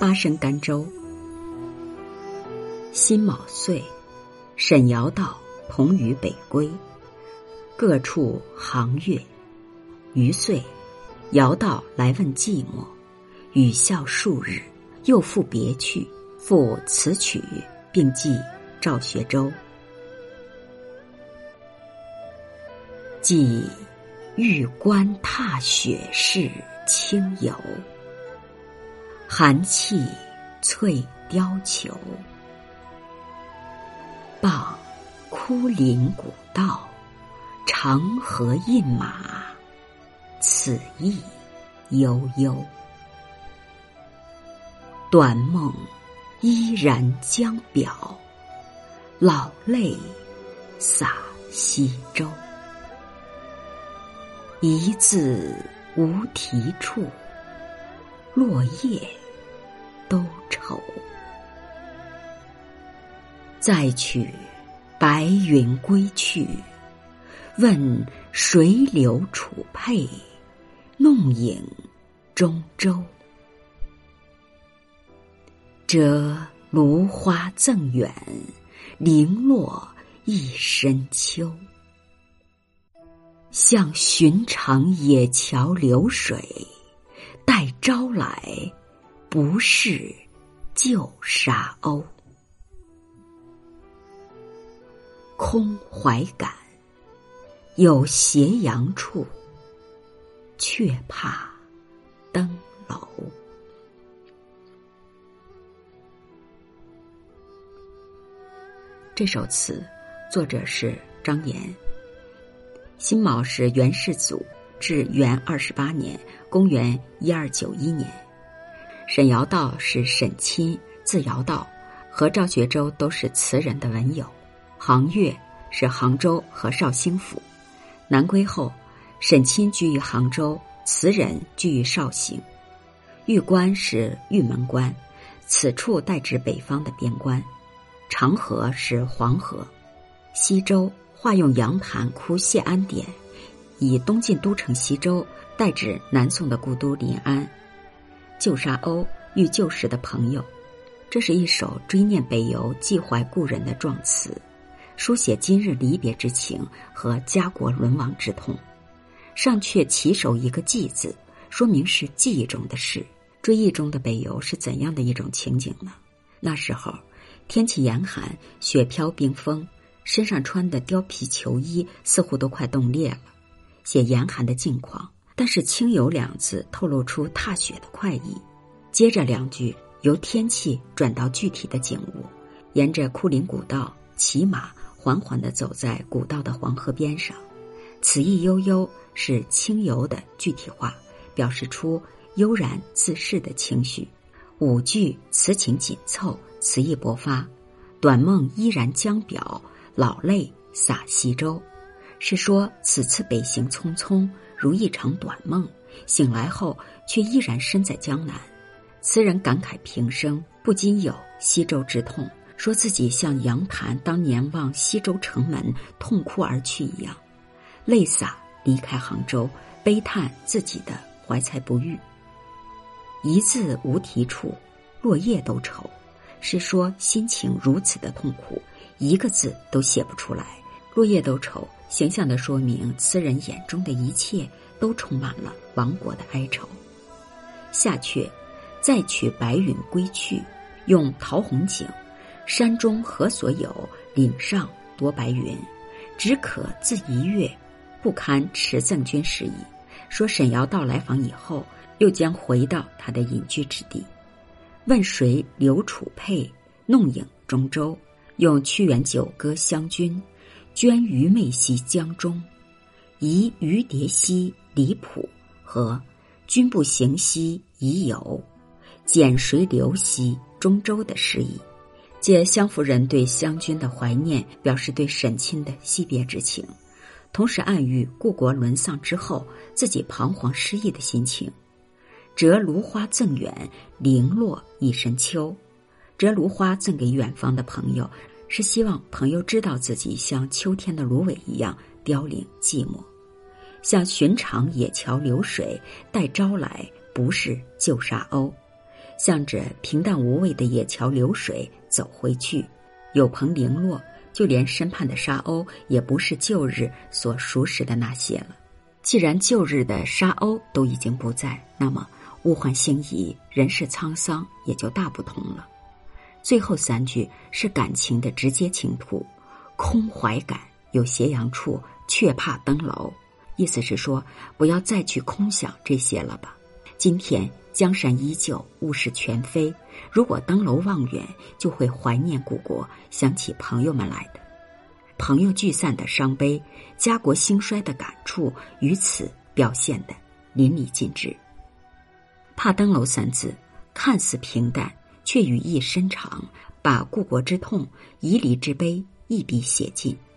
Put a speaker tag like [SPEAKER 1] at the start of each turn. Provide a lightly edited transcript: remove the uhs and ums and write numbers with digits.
[SPEAKER 1] 八声甘州。辛卯岁，沈窈道同于北归，各处行乐。余岁，窈道来问寂寞，语笑数日，又复别去，赋此曲，并寄赵学周。寄玉关踏雪是清游，寒气翠貂裘。傍枯林古道，长河印马，此意悠悠。短梦依然江表，老泪洒西洲。一字无题处，落叶都愁。再取白云归去，问谁留楚佩，弄影中州。折芦花赠远，零落一深秋。向寻常野桥流水，待朝来不是旧沙鸥。空怀感，有斜阳处，却怕登楼。这首词作者是张炎。辛卯是元世祖，至元28年，公元1291年。沈窈道是沈亲，字窈道，和赵学周都是词人的文友。杭乐是杭州和绍兴府。南归后，沈亲居于杭州，词人居于绍兴。玉关是玉门关，此处代指北方的边关。长河是黄河。西周化用杨盘哭谢安典，以东晋都城西周代指南宋的故都临安。旧沙鸥遇旧时的朋友，这是一首追念北游寄怀故人的壮词，书写今日离别之情和家国沦亡之痛。上阙起首一个寄字，说明是记忆中的事。追忆中的北游是怎样的一种情景呢？那时候天气严寒，雪飘冰封，身上穿的貂皮裘衣似乎都快冻裂了，写严寒的境况，但是清游两字透露出踏雪的快意。接着两句由天气转到具体的景物，沿着枯林古道骑马缓缓地走在古道的黄河边上。此意悠悠是清游的具体化，表示出悠然自适的情绪。五句词情紧凑，词意勃发。短梦依然江表，老泪洒西洲，是说此次北行匆匆，如一场短梦，醒来后却依然身在江南。词人感慨平生，不禁有西洲之痛，说自己像杨盘当年望西洲城门痛哭而去一样，泪洒离开杭州，悲叹自己的怀才不遇。一字无题处，落叶都愁，是说心情如此的痛苦，一个字都写不出来。落叶都愁，形象地说明词人眼中的一切都充满了亡国的哀愁。下阙再取白云归去，用陶弘景，山中何所有，岭上多白云，只可自一阅，不堪持赠君事矣。说沈窈道来访以后，又将回到他的隐居之地。问谁留楚佩，弄影中州，用屈原九歌湘君，捐愚昧兮江中，疑鱼蝶兮离浦，和君不行兮宜游，简谁留兮中州的诗意。借湘夫人对湘君的怀念，表示对沈亲的惜别之情，同时暗喻故国沦丧之后自己彷徨失意的心情。折芦花赠远，零落一深秋。折芦花赠给远方的朋友，是希望朋友知道自己像秋天的芦苇一样凋零寂寞。像寻常野桥流水，待朝来不是旧沙鸥。 向着平淡无味的野桥流水走回去。有朋零落，就连身畔的沙鸥也不是旧日所熟识的那些了。既然旧日的沙鸥都已经不在，那么物换星移，人世沧桑也就大不同了。最后3句是感情的直接倾吐，空怀感，有斜阳处，却怕登楼。意思是说，不要再去空想这些了吧。今天江山依旧，物是全非，如果登楼望远，就会怀念故国，想起朋友们来的。朋友聚散的伤悲，家国兴衰的感触，于此表现得淋漓尽致。怕登楼3字看似平淡，却语意深长，把故国之痛、夷离之悲一笔写尽。